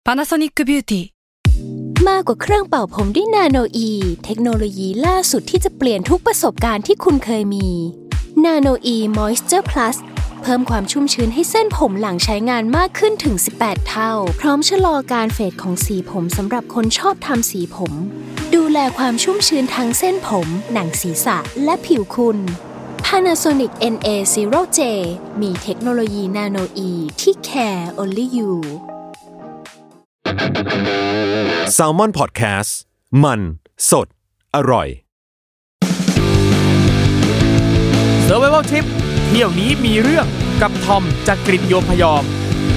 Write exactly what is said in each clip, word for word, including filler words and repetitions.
Panasonic Beauty มากกว่าเครื่องเป่าผมด้วยนาโนอีเทคโนโลยีล่าสุดที่จะเปลี่ยนทุกประสบการณ์ที่คุณเคยมีนาโนอีมอยส์เจอร์พลัสเพิ่มความชุ่มชื้นให้เส้นผมหลังใช้งานมากขึ้นถึงสิบแปดเท่าพร้อมชะลอการเฟดของสีผมสำหรับคนชอบทำสีผมดูแลความชุ่มชื้นทั้งเส้นผมหนังศีรษะและผิวคุณ Panasonic เอ็น เอ ศูนย์ เจ มีเทคโนโลยีนาโนอีที่ care only you Salmon Podcast มันสดอร่อย Survival Trip เที่ยวนี้มีเรื่องกับทอมจากกลิ่นโยมพยอม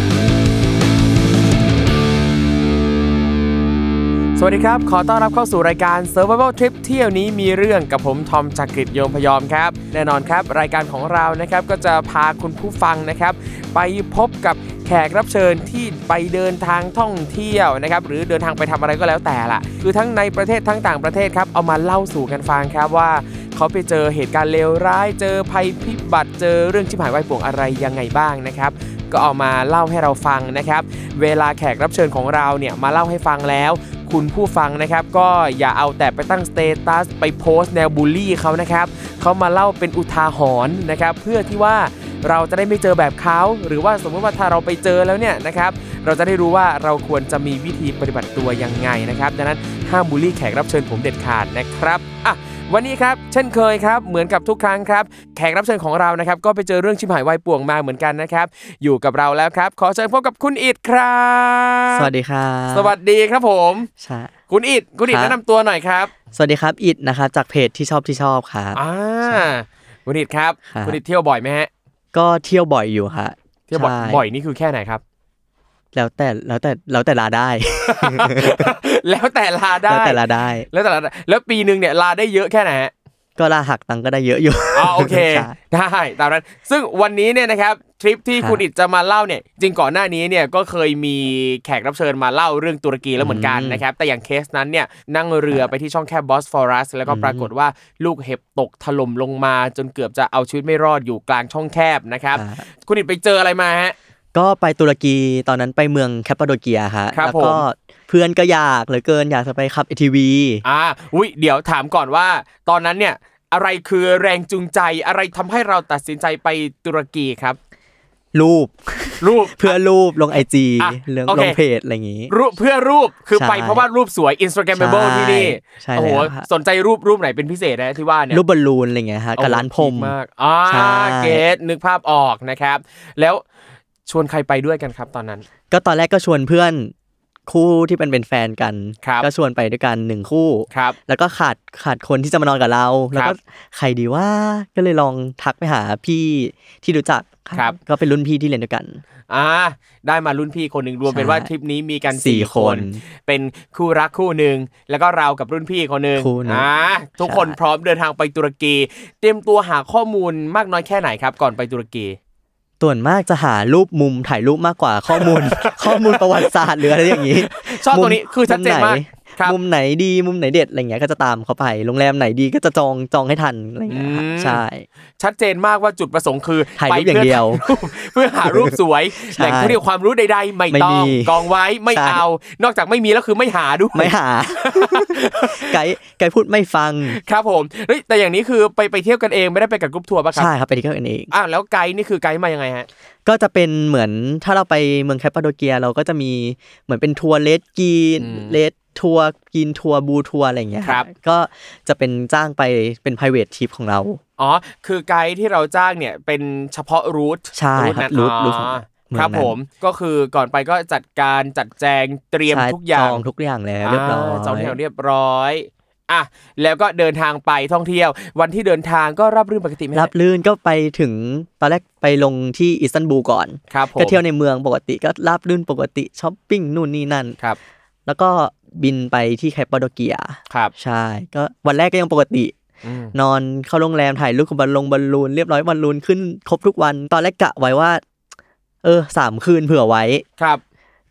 สวัสดีครับขอต้อนรับเข้าสู่รายการ Survival Trip เที่ยวนี้มีเรื่องกับผมทอมจากกลิ่นโยมพยอมครับแน่นอนครับรายการของเรานะครับก็จะพาคุณผู้ฟังนะครับไปพบกับแขกรับเชิญที่ไปเดินทางท่องเที่ยวนะครับหรือเดินทางไปทำอะไรก็แล้วแต่ล่ะคือทั้งในประเทศทั้งต่างประเทศครับเอามาเล่าสู่กันฟังครับว่าเขาไปเจอเหตุการณ์เลวร้ายเจอภัยพิบัติเจอเรื่องชิบหายวายป่วงอะไรยังไงบ้างนะครับก็เอามาเล่าให้เราฟังนะครับเวลาแขกรับเชิญของเราเนี่ยมาเล่าให้ฟังแล้วคุณผู้ฟังนะครับก็อย่าเอาแต่ไปตั้งสเตตัสไปโพสต์แนวบูลลี่เขานะครับเขามาเล่าเป็นอุทาหรณ์นะครับเพื่อที่ว่าเราจะได้ไม่เจอแบบเขาหรือว่าสมมติว่าถ้าเราไปเจอแล้วเนี่ยนะครับเราจะได้รู้ว่าเราควรจะมีวิธีปฏิบัติตัวยังไงนะครับดังนั้นห้ามบูลลี่แขกรับเชิญผมเด็ดขาดนะครับอ่ะวันนี้ครับเช่นเคยครับเหมือนกับทุกครั้งครับแขกรับเชิญของเรานะครับก็ไปเจอเรื่องชิบหายวายป่วงมาเหมือนกันนะครับอยู่กับเราแล้วครับขอเชิญพบกับคุณอิฐครับสวัสดีครับสวัสดีครับผมใช่คุณอิฐคุณอิฐแนะนำตัวหน่อยครับสวัสดีครับอิฐนะครับจากเพจที่ชอบที่ชอบครับอ่าคุณอิฐครับคุณอิฐเที่ยวบ่อยไหมฮะก็เที่ยวบ่อยอยู่ฮะเที่ยวบ่อยบ่อยนี่คือแค่ไหนครับแล้วแต่แล้วแต่แล้วแต่ลาได้แล้วแต่ลาได้แล้วแต่ลาได้แล้วแต่ลาได้แล้วปีนึงเนี่ยลาได้เยอะแค่ไหนฮะก็ลาหักตังก็ได้เยอะอยู่อ๋อโอเคได้ตามนั้นซึ่งวันนี้เนี่ยนะครับทริปที่คุณอิฐจะมาเล่าเนี่ยจริงก่อนหน้านี้เนี่ยก็เคยมีแขกรับเชิญมาเล่าเรื่องตุรกีแล้วเหมือนกันนะครับแต่อย่างเคสนั้นเนี่ยนั่งเรือไปที่ช่องแคบบอสฟอรัสแล้วก็ปรากฏว่าลูกเห็บตกถล่มลงมาจนเกือบจะเอาชีวิตไม่รอดอยู่กลางช่องแคบนะครับคุณอิฐไปเจออะไรมาฮะก็ไปตุรกีตอนนั้นไปเมืองแคปปาโดเกียฮะแล้วก็เพื่อนก็อยากเหลือเกินอยากจะไปขับ เอ ที วีอ่าอุ๊ยเดี๋ยวถามก่อนว่าตอนนั้นเนี่ยอะไรคือแรงจูงใจอะไรทำให้เราตัดสินใจไปตุรกีครับรูปรูปเพื่อรูปลง ไอ จี เรื่องลงเพจอะไรอย่างงี้รูปเพื่อรูปคือไปเพราะว่ารูปสวย Instagrammable ที่นี่โอ้โหสนใจรูปรูปไหนเป็นพิเศษนะที่ว่าเนี่ยรูปบอลลูนอะไรเงี้ยฮะกับร้านพรมมากอ่าเกตนึกภาพออกนะครับแล้วชวนใครไปด้วยกันครับตอนนั้นก็ตอนแรกก็ชวนเพื่อนคู่ที่เป็นเป็นแฟนกันก็ชวนไปด้วยกันหนึ่งคู่แล้วก็ขาดขาดคนที่จะมานอนกับเราแล้วก็ใครดีว่าก็เลยลองทักไปหาพี่ที่รู้จักก็เป็นรุ่นพี่ที่เรียนด้วยกันอ่าได้มารุ่นพี่คนนึงรวมเป็นว่าทริปนี้มีกันสี่คนเป็นคู่รักคู่นึงแล้วก็เรากับรุ่นพี่คนนึงอ่าทุกคนพร้อมเดินทางไปตุรกีเตรียมตัวหาข้อมูลมากน้อยแค่ไหนครับก่อนไปตุรกีส่วนมากจะหารูปมุมถ่ายรูปมากกว่าข้อมูล ข้อมูลประวัติศาสตร์หรืออะไรอย่างนี้ชอบตรงนี้คือชัดเจนมากมุมไหนดีมุมไหนเด็ดอะไรเงี้ยก็จะตามเขาไปโรงแรมไหนดีก็จะจองจองให้ทันอะไรเงี้ยใช่ชัดเจนมากว่าจุดประสงค์คือถ่ายรูปอย่างเดียวเพื่อหารูปสวยแหล่งท่องเที่ยวความรู้ใดๆไม่ต้องกองไว้ไม่เอานอกจากไม่มีแล้วคือไม่หาด้วยไม่หาไกด์ไกด์พูดไม่ฟังครับผมเฮ้ยแต่อย่างนี้คือไปไปเที่ยวกันเองไม่ได้ไปกับกรุ๊ปทัวร์ป่ะครับใช่ครับไปเที่ยวกันเองอ้าวแล้วไกด์นี่คือไกด์มายังไงฮะก็จะเป็นเหมือนถ้าเราไปเมืองแคปปาโดเกียเราก็จะมีเหมือนเป็นทัวร์เลสกีนเลสทัวร์กินทัวร์บูทัวร์อะไรอย่างเงี้ยครับก็จะเป็นจ้างไปเป็น private trip ของเราอ๋อคือไกด์ที่เราจ้างเนี่ยเป็นเฉพาะรูทใช่ครับรูทรูทครับผมก็คือก่อนไปก็จัดการจัดแจงเตรียมทุกอย่างจองทุกอย่างแล้วเรียบร้อยจองทุกอย่างเรียบร้อยอ่ะแล้วก็เดินทางไปท่องเที่ยววันที่เดินทางก็ราบรื่นปกติไหมราบรื่นก็ไปถึงตอนแรกไปลงที่อิสตันบูลก่อนก็เที่ยวในเมืองปกติก็ราบรื่นปกติช้อปปิ้งนู่นนี่นั่นครับแล้วก็บินไปที่แคปปาโดเกียครับใช่ก็วันแรกก็ยังปกตินอนเข้าโรงแรมถ่ายรูปกับบอลลงบอลลูนเรียบร้อยบอลลูนขึ้นครบทุกวันตอนแรกกะไว้ว่าเออสามคืนเผื่อไว้ครับ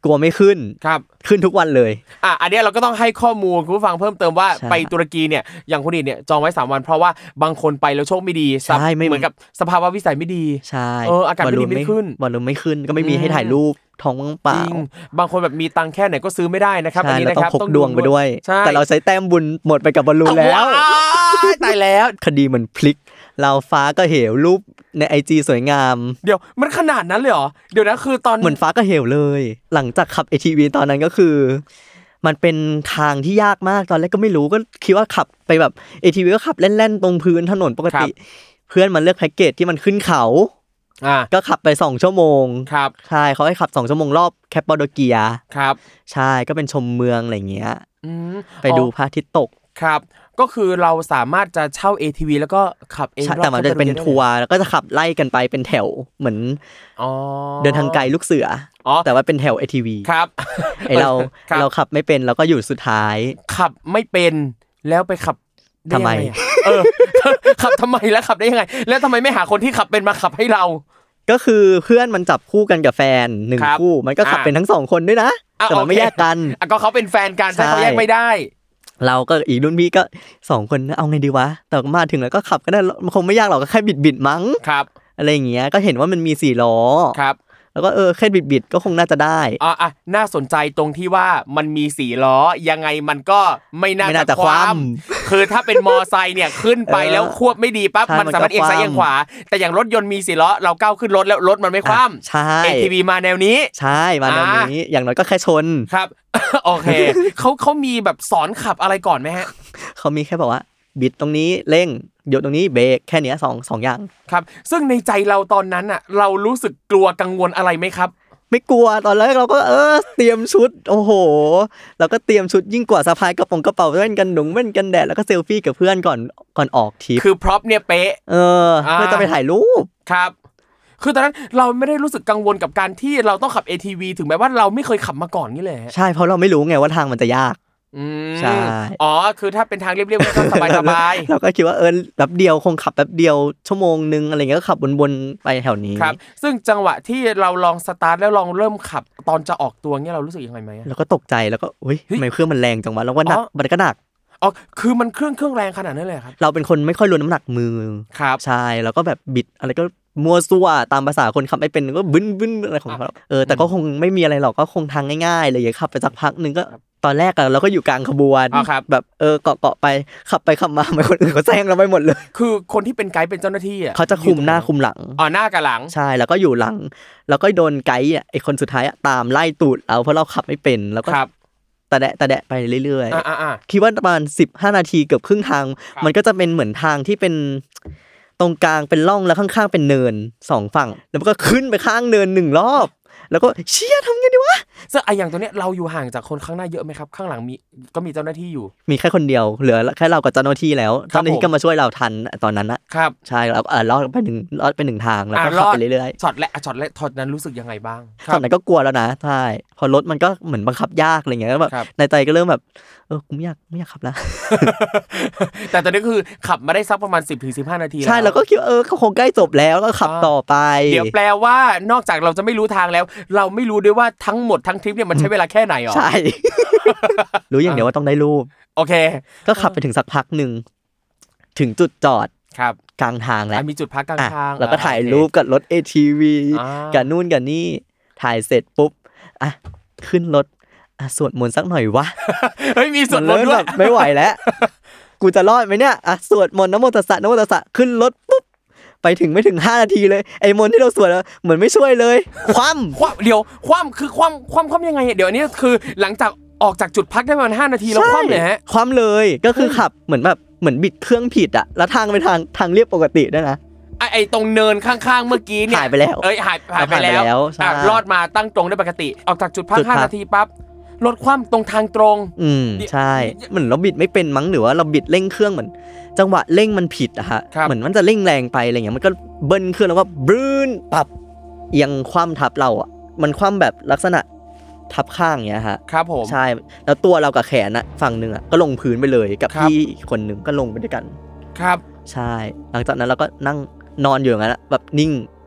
กลัวไม่ขึ้นครับขึ้นทุกวันเลยอ่ะอันนี้เราก็ต้องให้ข้อมูลคุณผู้ฟังเพิ่มเติมว่าไปตุรกีเนี่ยอย่างคุณดิเนี่ยจองไว้สามวันเพราะว่าบางคนไปแล้วโชคไม่ดีเหมือนกับสภาวะวิสัยไม่ดีใช่เอออากาศไม่ดีไม่ขึ้นบอลลูนไม่ขึ้นก็ไม่มีให้ถ่ายรูปท้องว่างเปล่าบางคนแบบมีตังค์แค่ไหนก็ซื้อไม่ได้นะครับอันนี้นะครับต้องพกดวงไปด้วยแต่เราใช้แต้มบุญหมดไปกับบอลลูนแล้วตายแล้วคดีมันพลิกเราฟ้าก็เหวรูปใน ไอ จี สวยงามเดี๋ยวมันขนาดนั้นเลยเหรอเดี๋ยวนะคือตอนเหมือนฟ้าก็เหวเลยหลังจากขับ เอ ที วี ตอนนั้นก็คือมันเป็นทางที่ยากมากตอนแรกก็ไม่รู้ก็คิดว่าขับไปแบบ เอ ที วี ก็ขับเล่นๆตรงพื้นถนนปกติเพื่อนมันเลือกแพ็คเกจที่มันขึ้นเขาอ่าก็ขับไปสองชั่วโมงครับใช่เขาให้ขับสองชั่วโมงรอบแคปปาโดเกียครับใช่ก็เป็นชมเมืองอะไรเงี้ยไปดูพระอาทิตย์ตกครับก็คือเราสามารถจะเช่า เอ ที วี แล้วก็ขับเองแต่มันจะเป็นทัวร์แล้วก็จะขับไล่กันไปเป็นแถวเหมือนเดินทางไกลลูกเสือแต่ว่าเป็นแถว เอ ที วีครับไอเราเราขับไม่เป็นเราก็อยู่สุดท้ายขับไม่เป็นแล้วไปขับทำไมเออขับทำไมแล้วขับได้ยังไงแล้วทำไมไม่หาคนที่ขับเป็นมาขับให้เราก็คือเพื่อนมันจับคู่กันกับแฟนหนึ่งคู่มันก็ขับเป็นทั้งสองคนด้วยนะแต่มันไม่แยกกันก็เขาเป็นแฟนกันแต่เขาแยกไม่ได้เราก็อีกรุ่นพี่ก็สองคนเอาไงดีวะแต่มาถึงแล้วก็ขับก็ได้คงไม่ยากหรอกก็แค่บิดๆมั้งครับอะไรอย่างเงี้ยก็เห็นว่ามันมีสี่ล้อครับแล้วก็เออแค่บิดๆก็คงน่าจะได้อ๋ออ่ะน่าสนใจตรงที่ว่ามันมีสี่ล้อยังไงมันก็ไม่น่าจะคว่ำคือถ้าเป็นมอไซค์เนี่ยขึ้นไปแล้วควบไม่ดีปั๊บมันสามารถเอียงซ้ายเอียงขวาแต่อย่างรถยนต์มีสี่ล้อเราก้าวขึ้นรถแล้วรถมันไม่คว่ำใช่เอ ที วี มาแนวนี้ใช่มาแนวนี้อย่างน้อยก็แค่ชนครับโอเคเขาเขามีแบบสอนขับอะไรก่อนไหมฮะเขามีแค่บอกว่าบิดตรงนี้เร่งหยุดตรงนี้เบรกแค่นี้สองสองอย่างครับซึ่งในใจเราตอนนั้นอ่ะเรารู้สึกกลัวกังวลอะไรไหมครับไม่กลัวตอนแรกเราก็เออเตรียมชุดโอ้โหเราก็เตรียมชุดยิ่งกว่าสะพายกระป๋องกระเป๋าเล่นกันหนุงเล่นกันแดดแล้วก็เซลฟี่กับเพื่อนก่อนก่อนออกทริปคือพร็อพเนี่ยเป๊ะเออเพื่อจะไปถ่ายรูปครับคือตอนนั้นเราไม่ได้รู้สึกกังวลกับการที่เราต้องขับ เอ ที วี ถึงแม้ว่าเราไม่เคยขับมาก่อนนี่เลยใช่เพราะเราไม่รู้ไงว่าทางมันจะยากใช่อ๋อคือถ้าเป็นทางเรียบๆก็สบายๆเราก็คิดว่าเออแป๊บเดียวคงขับแป๊บเดียวชั่วโมงนึงอะไรเงี้ยก็ขับวนๆไปแถวนี้ครับซึ่งจังหวะที่เราลองสตาร์ทแล้วลองเริ่มขับตอนจะออกตัวเงี้ยเรารู้สึกยังไงมั้ยเราก็ตกใจแล้วก็เฮ้ยทำไมเครื่องมันแรงจังวะแล้วก็หนักมันก็หนักอ๋อคือมันเครื่องเครื่องแรงขนาดนั้นเลยครับเราเป็นคนไม่ค่อยรู้น้ำหนักมือครับใช่แล้วก็แบบบิดอะไรก็มัวซั่วตามภาษาคนขับไม่เป็นก็บึ้นๆอะไรของเขาเออแต่ก็คงไม่มีอะไรหรอกก็คงทางง่ายๆเลยอย่าขับไปสักพักนึงก็ตอนแรกอะเราก็อยู่กลางขบวนแบบเออเกาะๆไปขับไปขับมาไม่คนอื่นเขาแซงเราไปหมดเลยคือคนที่เป็นไกด์เป็นเจ้าหน้าที่อ่ะเขาจะคุมหน้าคุมหลังอ๋อหน้ากับหลังใช่แล้วก็อยู่หลังแล้วก็โดนไกด์อ่ะไอ้คนสุดท้ายตามไล่ตูดเราเพราะเราขับไม่เป็นแล้วก็ตะแดะตะแดะไปเรื่อยๆคิดว่าประมาณสิบห้านาทีเกือบครึ่งทางมันก็จะเป็นเหมือนทางที่เป็นตรงกลางเป็นร่องแล้วข้างๆเป็นเนินสองฝั่งแล้วมันก็ขึ้นไปข้างเนินหนึ่งรอบแล้วก็เชี่ยทำไงดีวะซึ่งไอ้อย่างตัวเนี้ยเราอยู่ห่างจากคนข้างหน้าเยอะไหมครับข้างหลังมีก็มีเจ้าหน้าที่อยู่มีแค่คนเดียวเหลือแค่เรากับเจ้าหน้าที่แล้วเจ้าหน้าที่ก็มาช่วยเราทันตอนนั้นนะครับใช่แล้วเออรอดไปหนึ่งรอดไปหนึ่งทางแล้วก็ขับไปเรื่อยๆช็อตแรกช็อตแรกช็อตนั้นรู้สึกยังไงบ้างช็อตนั้นก็กลัวแล้วนะใช่พอรถมันก็เหมือนบังคับยากอะไรเงี้ยแบบในใจก็เริ่มแบบเออกูไม่อยากไม่อยากขับแล้วแต่ตอนนี้คือขับมาได้สักประมาณ สิบถึงสิบห้า นาทีใช่แล้วก็คิดเออก็คงใกล้จบแล้วก็ขับต่อไปเดี๋ยวแปลว่านอกจากเราจะไม่รู้ทางแล้วเราไม่รู้ด้วยว่าทั้งหมดทั้งทริปเนี่ยมันใช้เวลาแค่ไหนหรอใช่รู้อย่างเดียวว่าต้องได้รูปโอเคก็ขับไปถึงสักพักนึงถึงจุดจอดครับกลางทางแล้วมีจุดพักกลางทางแล้วก็ถ่ายรูปกับรถ เอ ที วี กับนู่นกับนี่ถ่ายเสร็จปุ๊บอ่ะขึ้นรถอ่ะสวดมนต์สักหน่อยวะเฮ้ยมีสวดมนต์ด้วยไม่ไหวแล้วกูจะรอดไหมเนี่ยอ่ะสวดมนต์นะโมตัสสะนะโมตัสสะขึ้นรถปุ๊บไปถึงไม่ถึงห้านาทีเลยไอ้มนต์ที่เราสวดเหมือนไม่ช่วยเลยคว่ำคว่ำเดี๋ยวคว่ำคือคว่ำคว่ำคว่ำยังไงเดี๋ยวอันนี้คือหลังจากออกจากจุดพักได้ประมาณห้านาทีแล้วคว่ำเลยฮะคว่ำเลยก็คือขับเหมือนแบบเหมือนบิดเครื่องผิดอ่ะแล้วทางเป็นทางทางเรียบปกติด้วยนะไอ้ไอ้ตรงเนินข้างๆเมื่อกี้เนี่ยหายไปแล้วเอ้ยหายหายไปแล้วอ่ะรอดมาตั้งตรงได้ปกติออกจากจุดพักห้านาทีปั๊บรถคว่ำตรงทางตรงอืมใช่เหมือนเราบิดไม่เป็นมั้งหรือว่าเราบิดเร่งเครื่องเหมือนจังหวะเร่งมันผิดอะฮะเหมือนมันจะเร่งแรงไปอะไรเงี้ยมันก็เบิ้ลเครื่องแล้วก็บรื้นปับเอียงคว่ำทับเราอ่ะมันคว่ำแบบลักษณะทับข้างเงี้ยฮะครับผมใช่แล้วตัวเรากับแขนอะฝั่งนึงอะก็ลงพื้นไปเลยกับพี่คนนึงก็ลงไปด้วยกันครับใช่หลังจากนั้นเราก็นั่งนอนอยู่อย่างนั้นแบบนิ่ง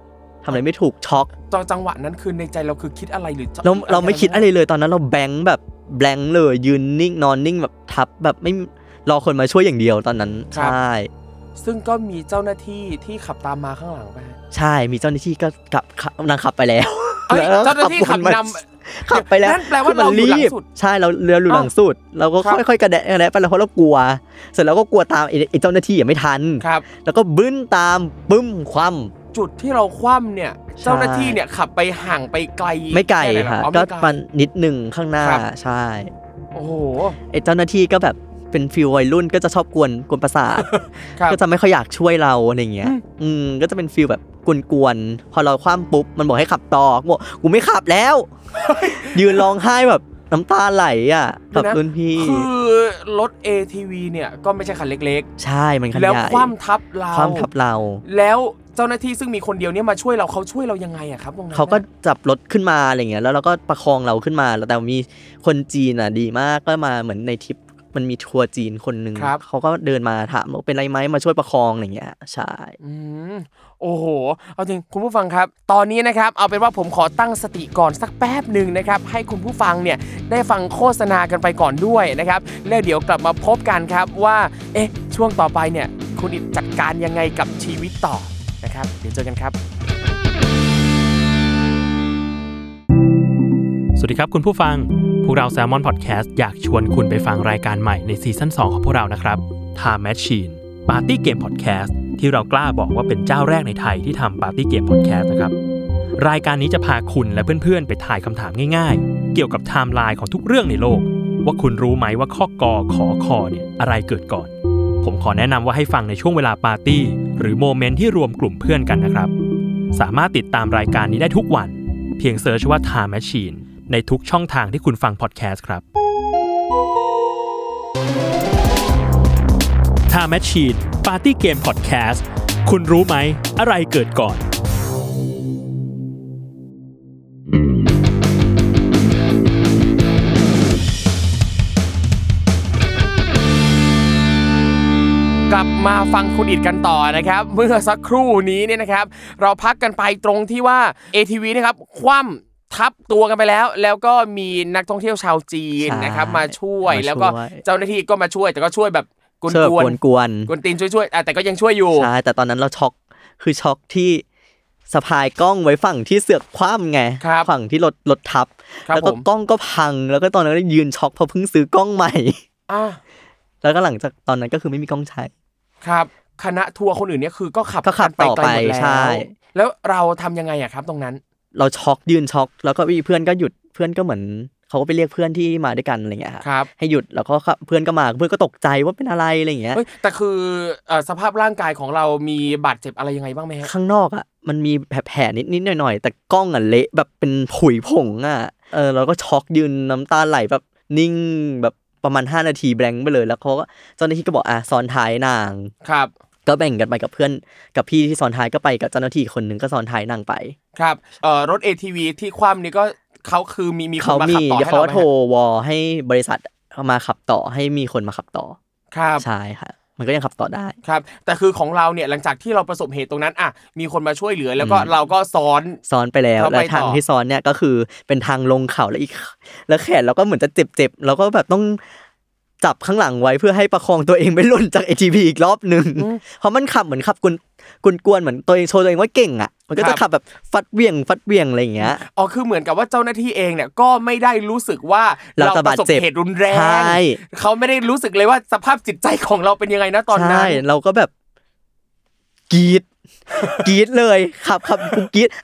ทำอะไรไม่ถูกช็อกตอนจังหวะนั้นคือในใจเราคือคิดอะไรหรือเราเราไม่คิดอะไรเลยตอนนั้นเราแบงค์แบบแบงค์เลยยืนนิ่งนอนนิ่งแบบทับแบบไม่รอคนมาช่วยอย่างเดียวตอนนั้นใช่ซึ่งก็มีเจ้าหน้าที่ที่ขับตามมาข้างหลังไปใช่มีเจ้าหน้าที่ก็กลับนางขับไปแล้วเจ้าหน้าที่ขับนำขับไปแล้วนั่นแปลว่าเราอยู่หลังสุดใช่เราเรืออยู่หลังสุดเราก็ค่อยๆกระแดะกระแดะไปแล้วเพราะเรากลัวเสร็จแล้วก็กลัวตามไอ้เจ้าหน้าที่ไม่ทันแล้วก็บึ้นตามปึ้มคว่ำจุดที่เราคว่ำเนี่ยเจ้าหน้าที่เนี่ยขับไปห่างไปไกลไม่ไกลค่ะก็มันนิดนึงข้างหน้าใช่โอ้โหไอ้เจ้าหน้าที่ก็แบบเป็นฟิลวัยรุ่นก็จะชอบกวนกวนประสาทก็จะไม่ค่อยอยากช่วยเราอะไรเงี้ยอืมก็จะเป็นฟิลแบบกวนๆพอเราคว่ำปุ๊บมันบอกให้ขับต่อกูบอกกูไม่ขับแล้ว ยืนร้องไห้แบบน้ำตาไหลอ่ะกับรุ่นพี่คือรถ เอ ที วี เนี่ยก็ไม่ใช่คันเล็กๆใช่มันคันใหญ่แล้วคว่ำทับเราคว่ำทับเราแล้วเจ้าหน้าที่ซึ่งมีคนเดียวเนี่ยมาช่วยเราเขาช่วยเรายังไงอะครับตรงนั้นเขาก็จับรถขึ้นมาอะไรเงี้ยแล้วเราก็ประคองเราขึ้นมาแล้วแต่มีคนจีนอ่ะดีมากก็มาเหมือนในทริปมันมีทัวร์จีนคนนึงเขาก็เดินมาถามว่าเป็นไรไหมมาช่วยประคองอะไรเงี้ยใช่อืมโอ้โหเอาจริงคุณผู้ฟังครับตอนนี้นะครับเอาเป็นว่าผมขอตั้งสติก่อนสักแป๊บนึงนะครับให้คุณผู้ฟังเนี่ยได้ฟังโฆษณากันไปก่อนด้วยนะครับแล้วเดี๋ยวกลับมาพบกันครับว่าเอ๊ะช่วงต่อไปเนี่ยคุณอิฐจัดการยังไงกับชีวิตต่อนะครับเดี๋ยวเจอกันครับสวัสดีครับคุณผู้ฟังพวกเรา Salmon Podcast อยากชวนคุณไปฟังรายการใหม่ในซีซั่นสองของพวกเรานะครับ Time Machine Party Game Podcast ที่เรากล้าบอกว่าเป็นเจ้าแรกในไทยที่ทำ Party Game Podcast นะครับรายการนี้จะพาคุณและเพื่อนๆไปถ่ายคำถามง่ายๆเกี่ยวกับไทม์ไลน์ของทุกเรื่องในโลกว่าคุณรู้ไหมว่าข้อกอขอคอเนี่ยอะไรเกิดก่อนผมขอแนะนำว่าให้ฟังในช่วงเวลาปาร์ตี้หรือโมเมนต์ที่รวมกลุ่มเพื่อนกันนะครับสามารถติดตามรายการนี้ได้ทุกวันเพียงเซิร์ชว่า Time Machineในทุกช่องทางที่คุณฟังพอดแคสต์ครับ Time Machine Party Game Podcast คุณรู้ไหมอะไรเกิดก่อนกลับมาฟังคุณอิฐกันต่อนะครับเมื่อสักครู่นี้เนี่ยนะครับเราพักกันไปตรงที่ว่า เอ ที วี นะครับคว่ำทับตัวกันไปแล้วแล้วก็มีนักท่องเที่ยวชาวจีนนะครับมาช่วยแล้วก็เจ้าหน้าที่ก็มาช่วยแต่ก็ช่วยแบบกวนๆกวนกวนตีนช่วยๆแต่ก็ยังช่วยอยู่ใช่แต่ตอนนั้นเราช็อกคือช็อกที่สะพายกล้องไว้ฝั่งที่เสือกคว่ำไงฝั่งที่รถรถทับแล้วก็กล้องก็พังแล้วก็ตอนนั้นก็ยืนช็อกเพราะเพิ่งซื้อกล้องใหม่อ่ะแล้วก็หลังจากตอนนั้นก็คือไม่มีกล้องใช้ครับคณะทัวร์คนอื่นเนี่ยคือก็ขับขับไปไกลหมดแล้วแล้วเราทำยังไงอะครับตรงนั้นเราช็อกยืนช็อกแล้วก็เพื่อนก็หยุดเพื่อนก็เหมือนเขาก็ไปเรียกเพื่อนที่มาด้วยกันอะไรเงี้ยครับให้หยุดแล้วก็เพื่อนก็มาเพื่อนก็ตกใจว่าเป็นอะไรอะไรเงี้ยแต่คือสภาพร่างกายของเรามีบาดเจ็บอะไรยังไงบ้างไหมฮะข้างนอกอ่ะมันมีแผลๆนิดๆหน่อยๆแต่กล้องอ่ะเละแบบเป็นผุยผงอ่ะเออเราก็ช็อกยืนน้ำตาไหลแบบนิ่งแบบประมาณห้านาทีแบงค์ไปเลยแล้วเขาก็เจ้าหน้าที่ก็บอกอ่ะซ้อนท้ายนางครับก็แบ่งกันไปกับเพื่อนกับพี่ที่ซ้อนท้ายก็ไปกับเจ้าหน้าที่คนนึงก็ซ้อนท้ายนางไปครับเอ่อรถ เอ ที วี ที่คว่ำนี่ก็เขาคือมีมีคนมาขับต่อให้เราไหมเขาโทรวอลให้บริษัทมาขับต่อให้มีคนมาขับต่อครับใช่ค่ะมันก็ยังขับต่อได้ครับแต่คือของเราเนี่ยหลังจากที่เราประสบเหตุตรงนั้นอ่ะมีคนมาช่วยเหลือแล้วก็เราก็ซ้อนซ้อนไปแล้วแล้วทางที่ซ้อนเนี่ยก็คือเป็นทางลงเขาแล้วอีกแล้วแขนเราก็เหมือนจะเจ็บๆเราก็แบบต้องจับข้างหลังไว้เพื่อให้ประคองตัวเองไม่หล่นจาก เอ ที วี อีกรอบนึงเพราะมันขับเหมือนขับกุนกวนเหมือนตัวเองโชว์ตัวเองว่าเก่งอ่ะมันก็จะขับแบบฟัดเวี่ยงฟัดเวี่ยงอะไรอย่างเงี้ยอ๋อคือเหมือนกับว่าเจ้าหน้าที่เองเนี่ยก็ไม่ได้รู้สึกว่าเราประสบเหตุรุนแรงเขาไม่ได้รู้สึกเลยว่าสภาพจิตใจของเราเป็นยังไงนะตอนนั้นใช่เราก็แบบกรี๊ดกรี๊ดเลยขับขับกูกรี๊ด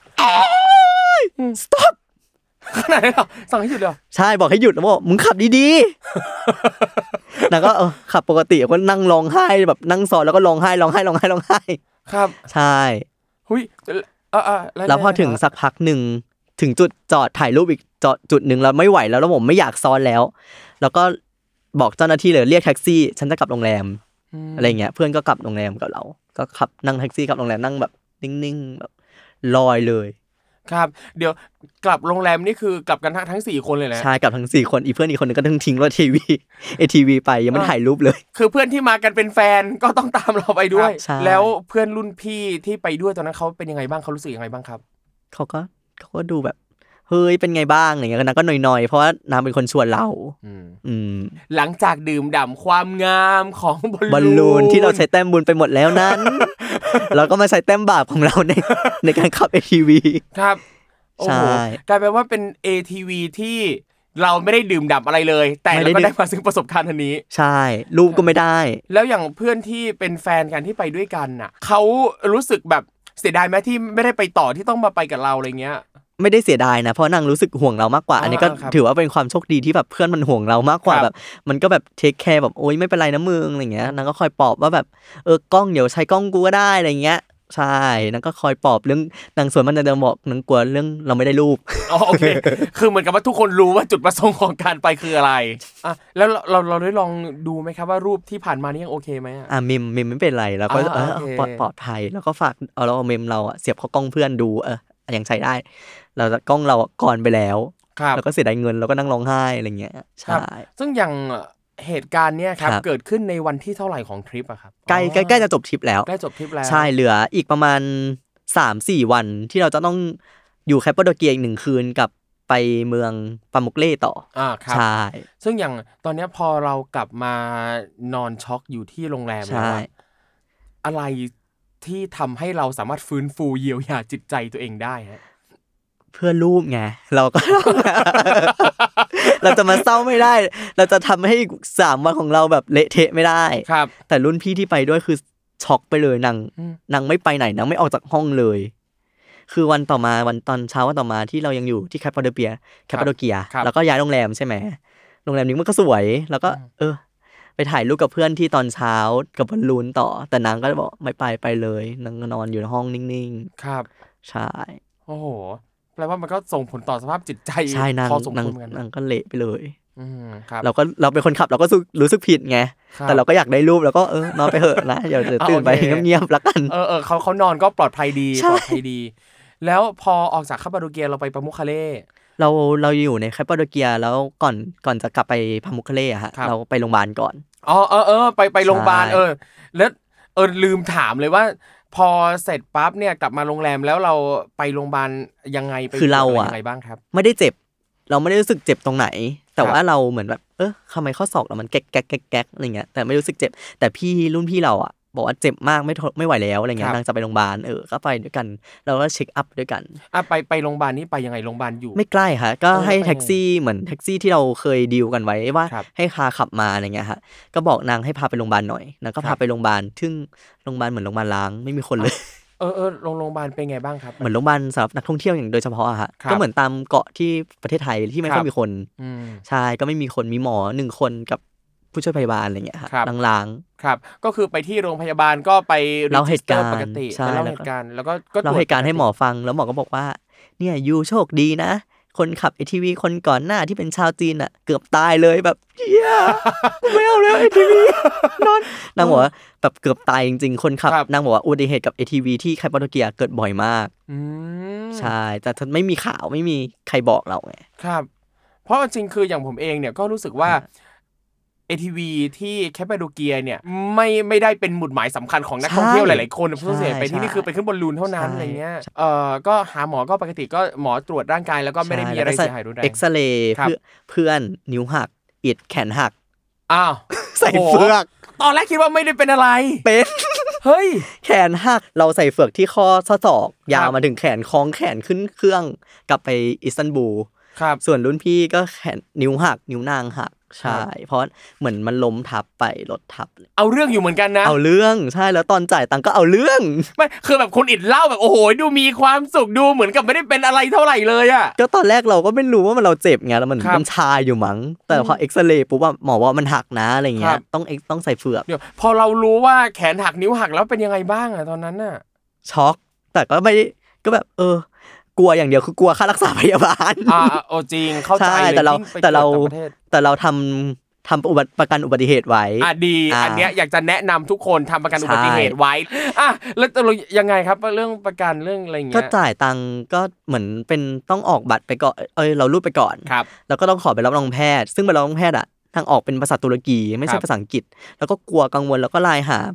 stop ขนาดนั้นเหรอสั่งให้หยุดเลยใช่บอกให้หยุดแล้วบอกมึงขับดีๆนางก็เออขับปกติก็นั่งร้องไห้แบบนั่งซ้อนแล้วก็ร้องไห้ร้องไห้ร้องไห้ร้องไห้ครับใช่หุ้ยเออๆแล้วพอถึงสักพักนึงถึงจุดจอดถ่ายรูปอีกจอดจุดนึงแล้วไม่ไหวแล้วแล้วผมไม่อยากซ้อนแล้วแล้วก็บอกเจ้าหน้าที่เลยเรียกแท็กซี่ฉันจะกลับโรงแรมอะไรเงี้ยเพื่อนก็กลับโรงแรมกับเราก็ขับนั่งแท็กซี่กลับโรงแรมนั่งแบบนิ่งๆแบบลอยเลยครับเดี๋ยวกลับโรงแรมนี่คือกลับกันทั้งสี่คนเลยนะใช่กลับทั้งสี่คนอีเพื่อนอีกคนนึงก็ต้องทิ้งรถทีวี เอ ที วี ไปยังไม่ถ่ายรูปเลยคือเพื่อนที่มากันเป็นแฟนก็ต้องตามเราไปด้วยแล้วเพื่อนรุ่นพี่ที่ไปด้วยตอนนั้นเขาเป็นยังไงบ้างเขารู้สึกยังไงบ้างครับเขาก็เขาก็ดูแบบเฮ้ยเป็นไงบ้างอะไรเงี้ยนางก็หน่อยๆเพราะว่านางเป็นคนชวนเราอืมหลังจากดื่มด่ำความงามของบอลลูนที่เราใช้แต้มบุญไปหมดแล้วนั้น เราก็มาใช้แต้มบาปของเราในในการขับ เอ ที วีครับโอ้โหกลายเป็นว่าเป็น เอ ที วี ที่เราไม่ได้ดื่มด่ำอะไรเลยแต่เราก็ได้มาซึ่งประสบการณ์อันนี้ใช่รูปก็ไม่ได้แล้วอย่างเพื่อนที่เป็นแฟนกันที่ไปด้วยกันน่ะเขารู้สึกแบบเสียดายไหมที่ไม่ได้ไปต่อที่ต้องมาไปกับเราอะไรเงี้ยไม่ได้เสียดายนะเพราะนางรู้สึกห่วงเรามากกว่าอันนี้ก็ถือว่าเป็นความโชคดีที่แบบเพื่อนมันห่วงเรามากกว่าแบบมันก็แบบเทคแคร์แบบโอ๊ยไม่เป็นไรนะมึงอะไรเงี้ยนางก็คอยปลอบว่าแบบเออกล้องเดี๋ยวใช้กล้องกูก็ได้อะไรเงี้ยใช่นางก็คอยปลอบเรื่องนางส่วนมันจะบอกนางกลัวเรื่องเราไม่ได้รูปอ๋อโอเคคือเหมือนกับว่าทุกคนรู้ว่าจุดประสงค์ของการไปคืออะไรอ่ะแล้วเราเราได้ลองดูไหมครับว่ารูปที่ผ่านมานี่ยังโอเคไหมอ่ะอ่ะมิมมิมไม่เป็นไรแล้วก็เออปลอดภัยแล้วก็ฝากเอาเราเอามิมเราอ่ะเสียบเข้ากล้องเพื่อนดูเออยังใช้ได้เรากล้องเราก่อนไปแล้วแล้วก็เสียดายเงินเราก็นั่งร้องไห้อะไรเงี้ยใช่ซึ่งอย่างเหตุการณ์เนี้ยครับเกิดขึ้นในวันที่เท่าไหร่ของทริปอะครับใกล้ใกล้จะจบทริปแล้วใกล้จบทริปแล้วใช่เหลืออีกประมาณ สามสี่ วันที่เราจะต้องอยู่แคปปาโดเกียอีกหนึ่งคืนกับไปเมืองปามุกเล่ต่ออ่าครับใช่ซึ่งอย่างตอนนี้พอเรากลับมานอนช็อกอยู่ที่โรงแรมแล้วอะไรที่ทำให้เราสามารถฟื้นฟูเยียวยาจิตใจตัวเองได้ฮะเพื่อรูปไงเราก็ เราจะมาเศร้าไม่ได้เราจะทำให้สามวันของเราแบบเละเทะไม่ได้ครับแต่รุ่นพี่ที่ไปด้วยคือช็อกไปเลยนางนางไม่ไปไหนนางไม่ออกจากห้องเลยคือวันต่อมาวันตอนเช้าวันต่อมาที่เรายังอยู่ที่แคปปาโดเปียแคปปาโดเกียแล้วก็ย้ายโรงแรมใช่ไหมโรงแรมนี้มันก็สวยแล้วก็เออไปถ่ายรูปกับเพื่อนที่ตอนเช้ากับบอลลูนต่อแต่นางก็บอกไม่ไปไปเลยนางนอนอยู่ในห้องนิ่งๆครับใช่โอ้โหแปลว่ามันก็ส่งผลต่อสภาพจิตใจพอสมควรเหมือนกันนางก็เละไปเลยอืมครับเราก็เราเป็นคนขับเราก็รู้สึกผิดไงแต่เราก็อยากได้รูปแล้วก็เออนอนไปเถอะนะเดี๋ยวตื่นไปเงียบๆแล้วกันเออเออเขาเขานอนก็ปลอดภัยดีปลอดภัยดีแล้วพอออกจากคาปาโดเกียเราไปปามุคคาเล่เราเราอยู่ในคาปาโดเกียแล้วก่อนก่อนจะกลับไปปามุคคาเล่อะฮะเราไปโรงพยาบาลก่อนอ๋อเออเออไปไปโรงพยาบาลเออแล้วเออลืมถามเลยว่าพอเสร็จปั๊บเนี่ยกลับมาโรงแรมแล้วเราไปโรงพยาบาลยังไงไปคือเราอะยังไงบ้างครับไม่ได้เจ็บเราไม่ได้รู้สึกเจ็บตรงไหนแต่ว่าเราเหมือนแบบเออทำไมข้อศอกเรามันแก๊กแก๊กแก๊กแก๊กอะไรเงี้ยแต่ไม่รู้สึกเจ็บแต่พี่รุ่นพี่เราอะบอกว่าเจ็บมากไม่ไม่ไหวแล้วอะไรเงี้ยนางจะไปโรงพยาบาลเออก็ไปด้วยกันเราก็เช็คอัพด้วยกันอ่ะไปไปโรงพยาบาลนี่ไปยังไงโรงพยาบาลอยู่ไม่ใกล้ค่ะก็ให้แท็กซี่เหมือนแท็กซี่ที่เราเคยดีลกันไว้ว่าให้พาขับมาอะไรเงี้ยฮะก็บอกนางให้พาไปโรงพยาบาลหน่อยนางก็พาไปโรงพยาบาลซึ่งโรงพยาบาลเหมือนโรงพยาบาลล้างไม่มีคนเลยเออเออโรงโรงพยาบาลเป็นไงบ้างครับเหมือนโรงพยาบาลสำหรับนักท่องเที่ยวอย่างโดยเฉพาะอะฮะก็เหมือนตามเกาะที่ประเทศไทยที่ไม่ค่อยมีคนใช่ก็ไม่มีคนมีหมอหนึ่งคนกับผู้ช่วยพยาบาลอะไรเงี้ยฮะล้างๆครับก็คือไปที่โรงพยาบาลก็ไปเล่าเหตุการณ์ปกติเล่าเหตุการณ์แล้วก็เล่าเหตุการณ์ให้หมอฟังแล้วหมอก็บอกว่าเนี่ยยูโชคดีนะคนขับ เอ ที วี คนก่อนหน้าที่เป็นชาวจีนอ่ะเกือบตายเลยแบบเหี้ยไม่เอาแล้ว เอ ที วี นอนนางบอกว่าแบบเกือบตายจริงๆคนขับนางบอกว่าอุบัติเหตุกับ เอ ที วี ที่แคปปาโดเกียเกิดบ่อยมากใช่แต่ไม่มีข่าวไม่มีใครบอกเราไงครับเพราะจริงคืออย่างผมเองเนี่ยก็รู้สึกว่า เอ ที วี ที่แคปปาโดเกียเนี่ยไม่ไม่ได้เป็นหมุดหมายสำคัญของนักท่องเที่ยวหลายๆคนเพราะส่วนใหญ่ไปที่นี่คือไปขึ้นบอลลูนเท่านั้นอะไรเงี้ยเอ่อก็หาหมอก็ปกติก็หมอตรวจร่างกายแล้วก็ไม่ได้มีอะไรเสียหายรุนแรงเอ็กซเรย์เพื่อนนิ้วหักอิดแขนหักอ้าวใส่เฟือกตอนแรกคิดว่าไม่ได้เป็นอะไรเป็นเฮ้ยแขนหักเราใส่เฟือกที่ข้อศอกยาวมาถึงแขนคล้องแขนขึ้นเครื่องกลับไปอิสตันบูลส่วนรุ่นพี่ก็แขนนิ้วหักนิ้วนางหักใช่เพราะเหมือนมันล้มทับไปรถทับเอาเรื่องอยู่เหมือนกันนะเอาเรื่องใช่แล้วตอนจ่ายตังค์ก็เอาเรื่องไม่คือแบบคนอิดเล่าแบบโอ้โหดูมีความสุขดูเหมือนกับไม่ได้เป็นอะไรเท่าไหร่เลยอ่ะก็ตอนแรกเราก็ไม่รู้ว่ามันเราเจ็บไงแล้วมันมันชาอยู่มั้งแต่พอเอ็กซเรย์ปุ๊บว่าหมอว่ามันหักนะอะไรเงี้ยต้องต้องใส่เฟือกเดี๋ยวพอเรารู้ว่าแขนหักนิ้วหักแล้วเป็นยังไงบ้างอ่ะตอนนั้นน่ะช็อกแต่ก็ไม่ก็แบบเออกลัวอย่างเดียวคือกลัวค่ารักษาพยาบาลอ่าโอ้จริงเข้าใจเลยแต่เราแต่เราแต่เราทำทำประกันอุบัติเหตุไว้อ่ะดีอันเนี้ยอยากจะแนะนำทุกคนทำประกันอุบัติเหตุไว้อ่ะแล้วเรายังไงครับเรื่องประกันเรื่องอะไรเงี้ยก็จ่ายตังค์ก็เหมือนเป็นต้องออกบัตรไปก่อนเอ้ยเรารูดไปก่อนแล้วก็ต้องขอไปรับรองแพทย์ซึ่งใบรับรองแพทย์อ่ะทางออกเป็นภาษาตุรกีไม่ใช่ภาษาอังกฤษแล้วก็กลัวกังวลแล้วก็ไลน์หาแบบ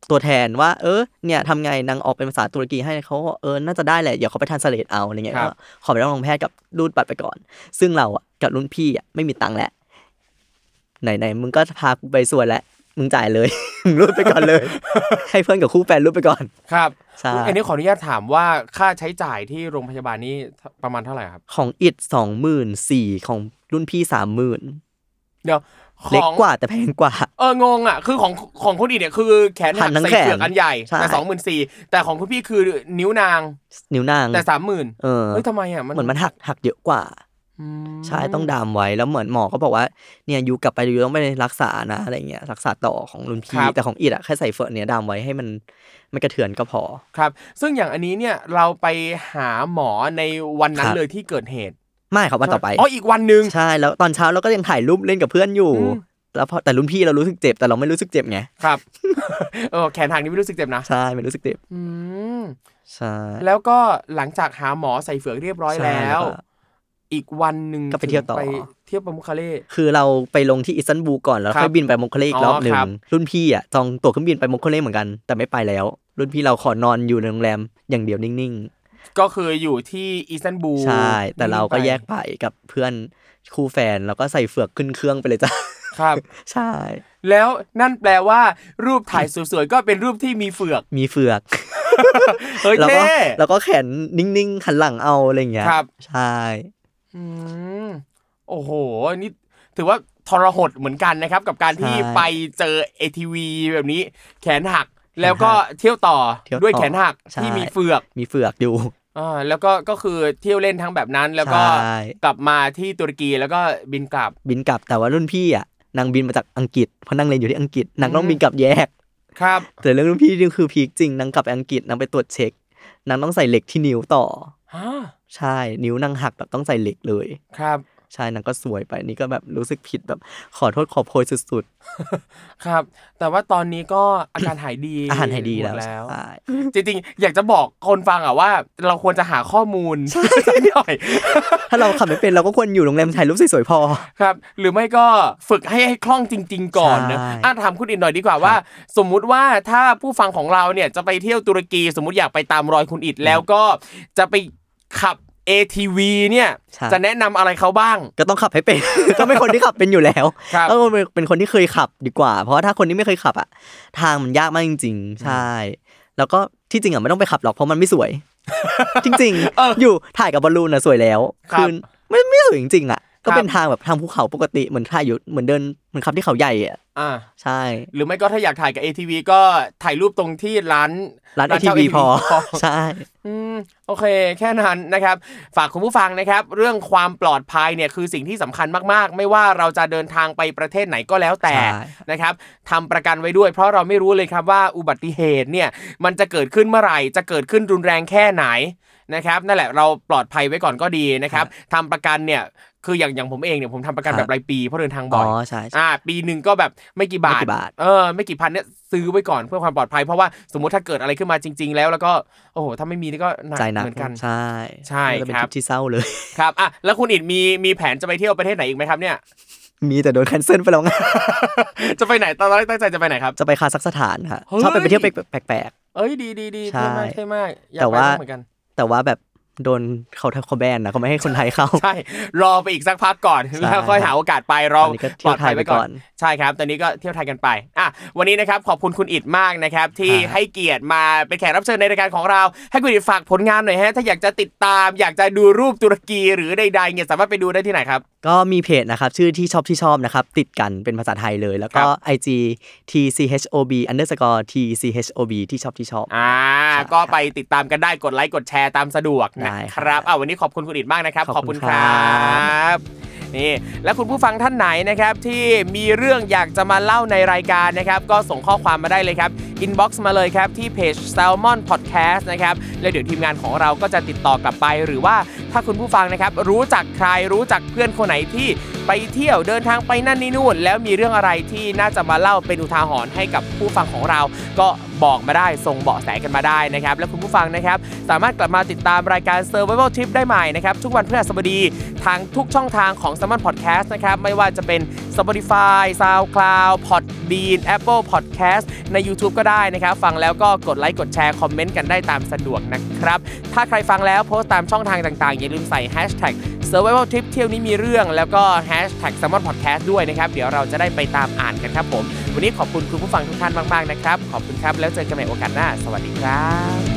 ตัวแทนว่าเออเนี่ยทำไงนางออกเป็นภาษาตุรกีให้เขาเออน่าจะได้แหละเดี๋ยวเขาไปทรานสเลทเอาอะไรเงี้ยก็ขอไปรับรองแพทย์กับรูดบัตรไปก่อนซึ่งเราอ่ะกับรุ่นพี่อ่ะไม่มีตังค์แล้วไหนๆมึงก็พากูไปส่วนแล้วมึงจ่ายเลยมึงรูดไปก่อนเลย ให้เพื่อนกับคู่แฟนรูดไปก่อนครับใช่อันนี้ขออนุญาตถามว่าค่าใช้จ่ายที่โรงพยาบาลนี้ประมาณเท่าไหร่ครับของอิด สองหมื่นสี่พัน ของรุ่นพี่ สามหมื่นเดี๋ยวเล็กกว่าแต่แพงกว่าเอองงอ่ะคือของของคนอื่นเนี่ยคือแขนหักใส่เฟือกอันใหญ่แต่ สองหมื่นสี่พัน แต่ของคุณพี่คือนิ้วนางนิ้วนางแต่ สามหมื่นเออเฮ้ยทำไมอ่ะมันเหมือนมันหักหักเยอะกว่าใช่ต้องดามไว้แล้วเหมือนหมอก็บอกว่าเนี่ยยูกลับไปยูต้องไปรักษานะอะไรเงี้ยรักษาต่อของรุ่นพี่แต่ของอิดอ่ะแค่ใส่เฟือกเนี่ยดามไว้ให้มันไม่กระเทือนก็พอครับซึ่งอย่างอันนี้เนี่ยเราไปหาหมอในวันนั้นเลยที่เกิดเหตุไม่ครับวันต่อไปอ๋ออีกวันนึงใช่แล้วตอนเช้าเราก็ยังถ่ายรูปเล่นกับเพื่อนอยู่แล้วพอแต่รุ่นพี่เรารู้สึกเจ็บแต่เราไม่รู้สึกเจ็บไงครับเออแขนหักนี่ไม่รู้สึกเจ็บนะใช่ไม่รู้สึกเจ็บอืมใช่แล้วก็หลังจากหาหมอใส่เฟือกเรียบร้อยแล้วอีกวันนึงก็ไปเที่ยวต่อไปเที่ยวปามุคคาเล่คือเราไปลงที่อิสตันบูลก่อนแล้วค่อยบินไปมุคคาเล่อีกรอบนึงรุ่นพี่อ่ะจองตั๋วเครื่องบินไปมุคคาเล่เหมือนกันแต่ไม่ไปแล้วรุ่นพี่เราขอนอนอยู่ในโรงแรมอย่างเดียวนิ่งๆก็คืออยู่ที่อิสตันบูลใช่แต่เราก็แยกไปกับเพื่อนคู่แฟนแล้วก็ใส่เฟือกขึ้นเครื่องไปเลยจ้ะครับใช่แล้วนั่นแปลว่ารูปถ่ายสวยๆก็เป็นรูปที่มีเฟือกมีเฟือกเฮ้ยเท่แล้วก็แขนนิ่งๆหันหลังเอาอะไรอย่างเงี้ยครับใช่อืมโอ้โหนี่ถือว่าทรหดเหมือนกันนะครับกับการที่ไปเจอ เอ ที วี แบบนี้แขนหักแล้วก็เที่ยวต่อด้วยแขนหักที่มีเฟือกมีเฟือกอยู่อ่าแล้วก็ก็คือเที่ยวเล่นทั้งแบบนั้นแล้วก็กลับมาที่ตุรกีแล้วก็บินกลับบินกลับแต่ว่ารุ่นพี่อ่ะนางบินมาจากอังกฤษเพราะนางเรียนอยู่ที่อังกฤษนางต้องบินกลับแยกครับแต่เรื่องรุ่นพี่นี่คือพีคจริงนางกลับไปอังกฤษนางไปตรวจเช็คนางต้องใส่เหล็กที่นิ้วต่อใช่นิ้วนางหักแบบต้องใส่เหล็กเลยครับใช่นางก็สวยไปนี่ก็แบบรู้สึกผิดแบบขอโทษขอโพยสุดๆครับแต่ว่าตอนนี้ก็อาการหายดีอาการหายดีแล้วจริงๆอยากจะบอกคนฟังอ่ะว่าเราควรจะหาข้อมูลหน่อยถ้าเราขับไม่เป็นเราก็ควรอยู่โรงแรมถ่ายรูปสวยๆพอครับหรือไม่ก็ฝึกให้ให้คล่องจริงๆก่อนนะอ่ะถามคุณอินหน่อยดีกว่าว่าสมมุติว่าถ้าผู้ฟังของเราเนี่ยจะไปเที่ยวตุรกีสมมุติอยากไปตามรอยคุณอินแล้วก็จะไปขับเอ ที วี เนี่ยจะแนะนำอะไรเขาบ้างก็ต้องขับให้เป็น ก็เป็นคนที่ขับเป็นอยู่แล้วก็เป็นคนที่เคยขับดีกว่าเพราะว่าถ้าคนที่ไม่เคยขับอ่ะทางมันยากมากจริงๆใช่แล้วก็ที่จริงอ่ะไม่ต้องไปขับหรอกเพราะมันไม่สวย จริงๆอยู่ถ่ายกับบอลลูนอ่ะสวยแล้วคือไม่ไม่สวยจริงๆอ่ะก็เป็นทางแบบทางภูเขาปกติเหมือนถ่ายอยู่เหมือนเดินเหมือนขับที่เขาใหญ่อ่ะอ่าใช่หรือไม่ก็ถ้าอยากถ่ายกับ เอ ที วี ก็ถ่ายรูปตรงที่ร้านร้าน เอ ที วี พอใช่อืมโอเคแค่นั้นนะครับฝากคุณผู้ฟังนะครับเรื่องความปลอดภัยเนี่ยคือสิ่งที่สำคัญมากๆไม่ว่าเราจะเดินทางไปประเทศไหนก็แล้วแต่นะครับทำประกันไว้ด้วยเพราะเราไม่รู้เลยครับว่าอุบัติเหตุเนี่ยมันจะเกิดขึ้นเมื่อไหร่จะเกิดขึ้นรุนแรงแค่ไหนนะครับนั่นแหละเราปลอดภัยไว้ก่อนก็ดีนะครับทำประกันเนี่ยคืออย่างอย่างผมเองเนี่ยผมทำประกันแบบรายปีเพราะเดินทางบ่อยอ๋อใช่อ่าปีนึงก็แบบไม่กี่บาทเออไม่กี่พันเนี่ยซื้อไว้ก่อนเพื่อความปลอดภัยเพราะว่าสมมุติถ้าเกิดอะไรขึ้นมาจริงๆแล้วแล้วก็โอ้โหถ้าไม่มีนี่ก็หนักเหมือนกันใช่ใช่ครับที่เศร้าเลยครับอ่ะแล้วคุณอิดมีมีแผนจะไปเที่ยวประเทศไหนอีกไหมครับเนี่ยมีแต่โดนแคนเซิลไปแล้วไงจะไปไหนตอนแรกตั้งใจจะไปไหนครับจะไปคาซัคสถานค่ะชอบไปเที่ยวแปลกๆเอ้ยดีๆๆเท่มากเท่มากอยากไปเหมือนกันแต่ว่าแบบโดนเขาเขาแบนนะเขาไม่ให้คนไทยเข้าใช่รอไปอีกสักพักก่อนแล้วค่อยหาโอกาสไปรอปลอดภัยไปก่อนใช่ครับตอนนี้ก็เที่ยวไทยกันไปอ่ะวันนี้นะครับขอบคุณคุณอิดมากนะครับที่ให้เกียรติมาเป็นแขกรับเชิญในรายการของเราให้คุณอิดฝากผลงานหน่อยฮะถ้าอยากจะติดตามอยากจะดูรูปตุรกีหรือใดๆเนี่ยสามารถไปดูได้ที่ไหนครับก็มีเพจนะครับชื่อที่ชอบที่ชอบนะครับติดกันเป็นภาษาไทยเลยแล้วก็ ไอ จี ที ซี เอช โอ บี underscore ที ซี เอช โอ บี ที่ชอบที่ชอบอ่าก็ไปติดตามกันได้กดไลค์กดแชร์ตามสะดวกนะครับอ่ะวันนี้ขอบคุณคุณอิดมากนะครับขอบคุณครับนี่และคุณผู้ฟังท่านไหนนะครับที่มีเรื่องอยากจะมาเล่าในรายการนะครับก็ส่งข้อความมาได้เลยครับอินบ็อกซ์มาเลยครับที่เพจ Salmon Podcast นะครับแล้วเดี๋ยวทีมงานของเราก็จะติดต่อกลับไปหรือว่าถ้าคุณผู้ฟังนะครับรู้จักใครรู้จักเพื่อนคนไหนที่ไปเที่ยวเดินทางไปนั่นนี่นู่นแล้วมีเรื่องอะไรที่น่าจะมาเล่าเป็นอุทาหรณ์ให้กับผู้ฟังของเราก็บอกมาได้ส่งเบาะแสกันมาได้นะครับและคุณผู้ฟังนะครับสามารถกลับมาติดตามรายการ Survival Trip ได้ใหม่นะครับทุกวันพฤหัสบดีทางทุกช่องทางของ Salmon Podcast นะครับไม่ว่าจะเป็น Spotify SoundCloud Podbean Apple Podcast ใน YouTube ก็ได้นะครับฟังแล้วก็กดไลค์กดแชร์คอมเมนต์กันได้ตามสะดวกนะครับถ้าใครฟังแล้วโพสต์ตามช่องทางต่างๆอย่าลืมใส่ Hashtag Survival Trip เที่ยวนี้มีเรื่องแล้วก็ Hashtag Salmon Podcast ด้วยนะครับเดี๋ยวเราจะได้ไปตามอ่านกันครับผมวันนี้ขอบคุณคุณผู้ฟังทุกท่านมากๆนะครับขอบคุณครับแล้วเจอกันใหม่โอกาสหน้าสวัสดีครับ